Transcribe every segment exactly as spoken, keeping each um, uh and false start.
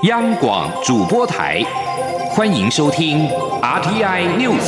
央广主播台，欢迎收听 R T I News。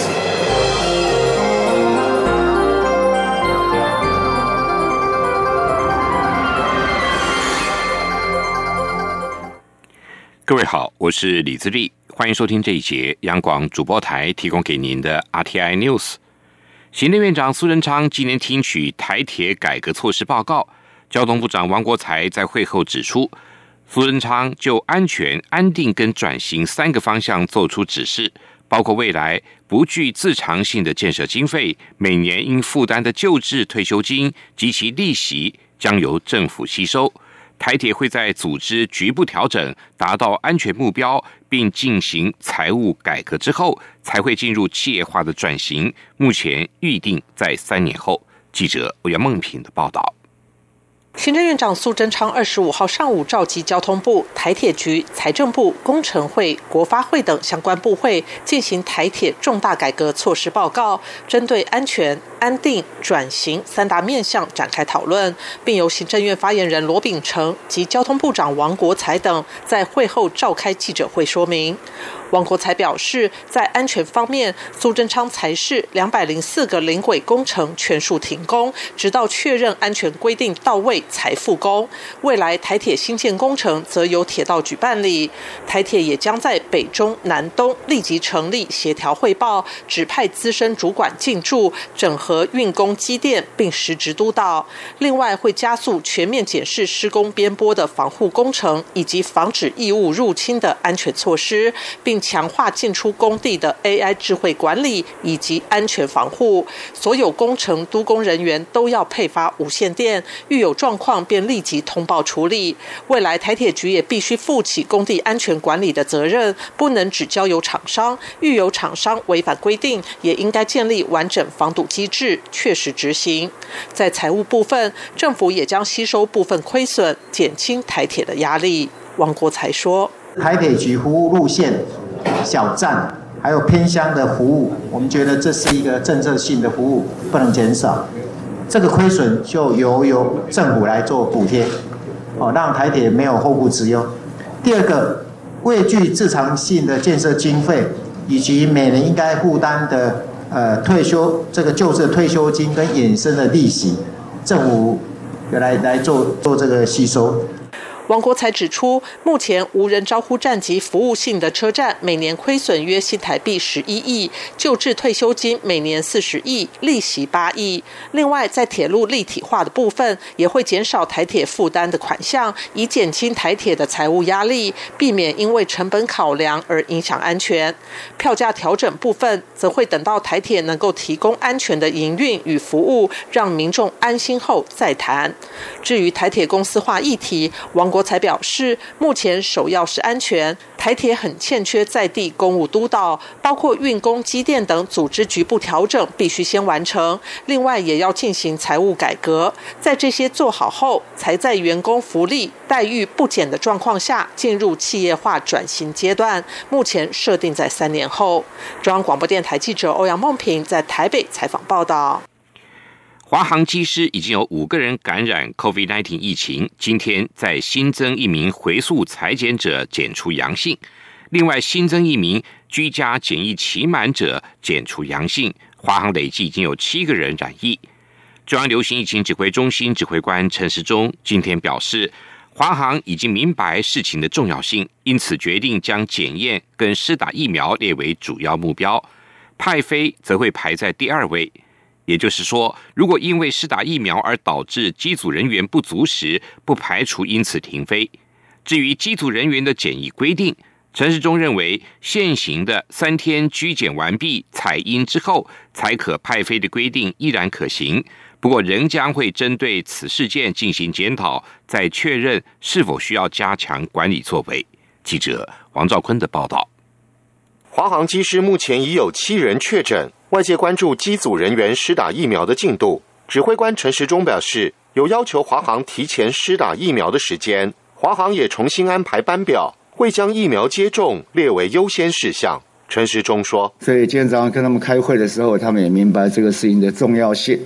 各位好，我是李自立，欢迎收听这一节央广主播台提供给您的 R T I News。行政院长苏贞昌今年听取台铁改革措施报告，交通部长王国材在会后指出，苏贞昌就安全、安定跟转型三个方向做出指示，包括未来不具自偿性的建设经费，每年应负担的旧制退休金及其利息将由政府吸收。台铁会在组织局部调整，达到安全目标，并进行财务改革之后，才会进入企业化的转型。目前预定在三年后。记者欧阳梦平的报道。 行政院长苏贞昌二十五号上午召集交通部、台铁局、财政部、工程会、国发会等相关部会，进行台铁重大改革措施报告，针对安全、安定、转型三大面向展开讨论，并由行政院发言人罗秉成及交通部长王国材等在会后召开记者会说明。王国材表示，在安全方面，苏贞昌裁示两百零四个临轨工程全数停工，直到确认安全规定到位才复工。未来台铁新建工程则由铁道局办理，台铁也将在北中南东立即成立协调汇报，指派资深主管进驻，整合运工机电，并实质督导。另外，会加速全面检视施工边坡的防护工程以及防止异物入侵的安全措施，并强化进出工地的 A I 智慧管理以及安全防护。所有工程督工人员都要配发无线电，遇有状况便立即通报处理。未来台铁局也必须负起工地安全管理的责任，不能只交由厂商，遇有厂商违反规定，也应该建立完整防堵机制，确实执行。在财务部分，政府也将吸收部分亏损，减轻台铁的压力。王国材说， 台铁局服务路线、小站还有偏乡的服务，我们觉得这是一个政策性的服务，不能减少。这个亏损就由由政府来做补贴，哦，让台铁没有后顾之忧。第二个，未具自偿性的建设经费，以及每年应该负担的呃退休这个旧制的退休金跟衍生的利息，政府来来做做这个吸收。 王国材指出，目前无人招呼站及服务性的车站每年亏损约新台币十一亿，旧制退休金每年四十亿，利息八亿。另外，在铁路立体化的部分，也会减少台铁负担的款项，以减轻台铁的财务压力，避免因为成本考量而影响安全。票价调整部分，则会等到台铁能够提供安全的营运与服务，让民众安心后再谈。至于台铁公司化议题，王国才表示，目前首要是安全，台铁很欠缺在地公务督导，包括运工、机电等组织局部调整必须先完成，另外也要进行财务改革，在这些做好后，才在员工福利待遇不减的状况下进入企业化转型阶段，目前设定在三年后。中央广播电台记者欧阳梦平在台北采访报道。 华航机师已经有五个人感染 COVID 十九 疫情，今天再新增一名回溯采检者检出阳性，另外新增一名居家检疫期满者检出阳性，华航累计已经有七个人染疫。中央流行疫情指挥中心指挥官陈时中今天表示，华航已经明白事情的重要性，因此决定将检验跟施打疫苗列为主要目标，派飞则会排在第二位。也就是说，如果因为施打疫苗而导致机组人员不足时，不排除因此停飞。至于机组人员的检疫规定，陈时中认为现行的三天居检完毕采阴之后才可派飞的规定依然可行，不过仍将会针对此事件进行检讨，再确认是否需要加强管理作为。记者王兆坤的报道。 华航机师目前已有七人确诊，外界关注机组人员施打疫苗的进度。指挥官陈时中表示，有要求华航提前施打疫苗的时间，华航也重新安排班表，会将疫苗接种列为优先事项。陈时中说， 所以今天早上跟他们开会的时候，他们也明白这个事情的重要性。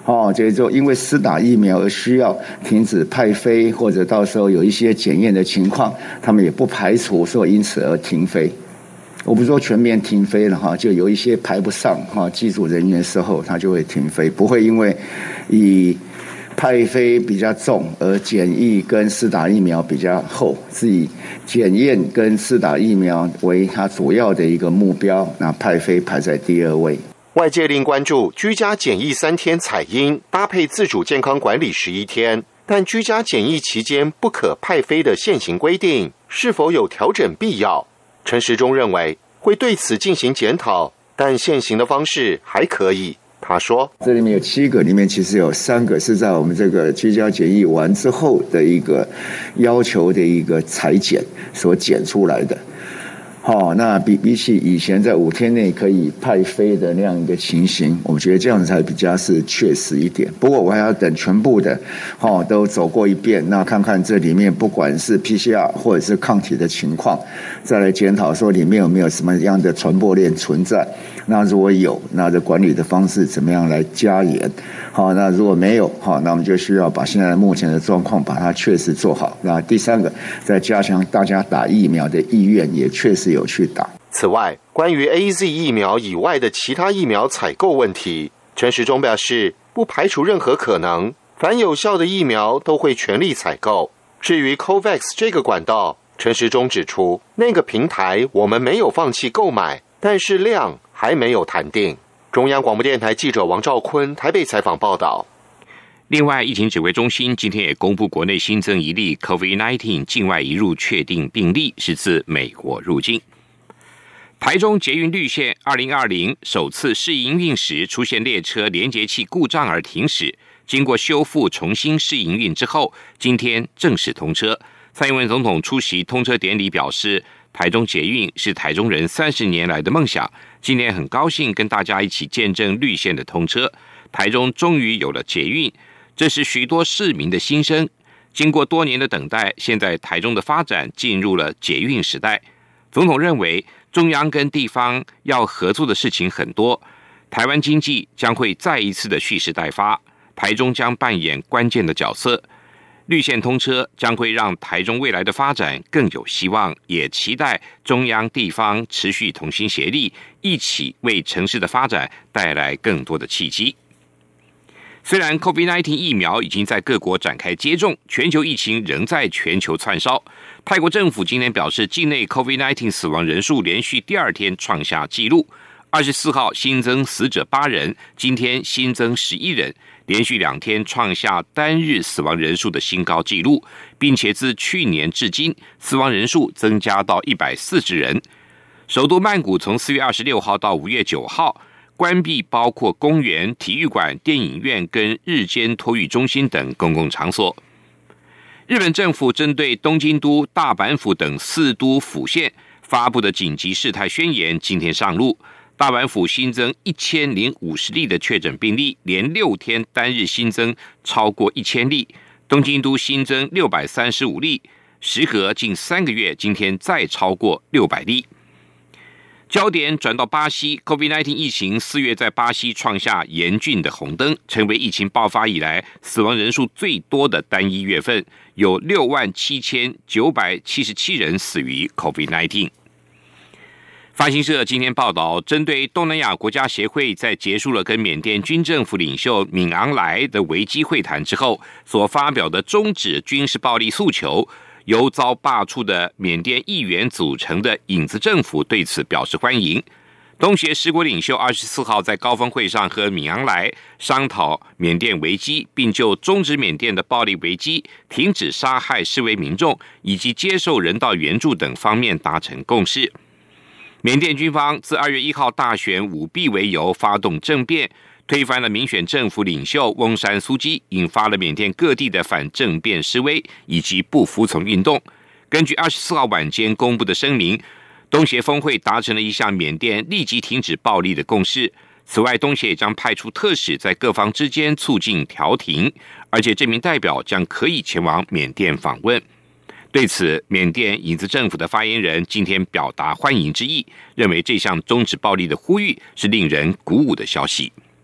哦，就是说因为施打疫苗而需要停止派飞，或者到时候有一些检验的情况，他们也不排除说因此而停飞。我不是说全面停飞了哈，就有一些排不上哈机组人员的时候，他就会停飞，不会因为以派飞比较重而检疫跟施打疫苗比较后，是以检验跟施打疫苗为它主要的一个目标，那派飞排在第二位。 外界另关注居家检疫三天采阴，搭配自主健康管理十一天，但居家检疫期间不可派飞的现行规定，是否有调整必要？陈时中认为会对此进行检讨，但现行的方式还可以。他说， 这里面有七个，里面其实有三个是在我们这个居家检疫完之后的一个要求的一个裁剪所剪出来的。好、哦，那比比起以前在五天内可以派飞的那样一个情形，我觉得这样子才比较是确实一点。不过我还要等全部的，哦，都走过一遍，那看看这里面不管是 P C R 或者是抗体的情况，再来检讨说里面有没有什么样的传播链存在。那如果有，那这管理的方式怎么样来加严？好，那如果没有，好，那我们就需要把现在目前的状况把它确实做好。那第三个，再加强大家打疫苗的意愿，也确实有去打。 此外，关于 A Z 疫苗以外的其他疫苗采购问题，陈时中表示，不排除任何可能，凡有效的疫苗都会全力采购。至于 COVAX 这个管道，陈时中指出，那个平台我们没有放弃购买，但是量还没有谈定。中央广播电台记者王兆坤台北采访报道。 另外，疫情指挥中心今天也公布国内新增一例 COVID 十九 境外移入确定病例，是自美国入境。台中捷运绿线二零二零首次试营运时出现列车连结器故障而停驶，经过修复重新试营运之后，今天正式通车。蔡英文总统出席通车典礼表示，台中捷运是台中人三十年来的梦想，今年很高兴跟大家一起见证绿线的通车，台中终于有了捷运，这是许多市民的心声。经过多年的等待，现在台中的发展进入了捷运时代。总统认为，中央跟地方要合作的事情很多，台湾经济将会再一次的蓄势待发，台中将扮演关键的角色。绿线通车将会让台中未来的发展更有希望，也期待中央地方持续同心协力，一起为城市的发展带来更多的契机。虽然 COVID 十九 疫苗已经在各国展开接种，全球疫情仍在全球窜烧。泰国政府今天表示，境内 COVID 十九 死亡人数连续第二天创下纪录，二十四号新增死者八人，今天新增十一人，连续两天创下单日死亡人数的新高纪录，并且自去年至今，死亡人数增加到一百四十人。首都曼谷从四月二十六号到五月九号，关闭包括公园、体育馆、电影院跟日间托育中心等公共场所。日本政府针对东京都、大阪府等四都府县发布的紧急事态宣言今天上路。大阪府新增一千零五十例的确诊病例，连六天单日新增超过一千例。东京都新增六百三十五例，时隔近三个月，今天再超过六百例。焦点转到巴西 ，COVID 十九 疫情四月在巴西创下严峻的红灯，成为疫情爆发以来死亡人数最多的单一月份，有六万七千九百七十七人死于 COVID 十九。法新社今天报道，针对东南亚国家协会在结束了跟缅甸军政府领袖敏昂莱的危机会谈之后所发表的终止军事暴力诉求，由遭罢黜的缅甸议员组成的影子政府对此表示欢迎。东协十国领袖二十四号在高峰会上和敏昂莱商讨缅甸危机，并就终止缅甸的暴力危机、停止杀害示威民众以及接受人道援助等方面达成共识。缅甸军方自二月一号大选舞弊为由发动政变，推翻了民选政府领袖翁山苏基，引发了缅甸各地的反政变示威以及不服从运动。根据二十四号晚间公布的声明，东协峰会达成了一项缅甸立即停止暴力的共识。此外，东协也将派出特使在各方之间促进调停，而且这名代表将可以前往缅甸访问。对此，缅甸影子政府的发言人今天表达欢迎之意，认为这项终止暴力的呼吁是令人鼓舞的消息。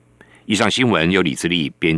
以上新闻由李自力编辑。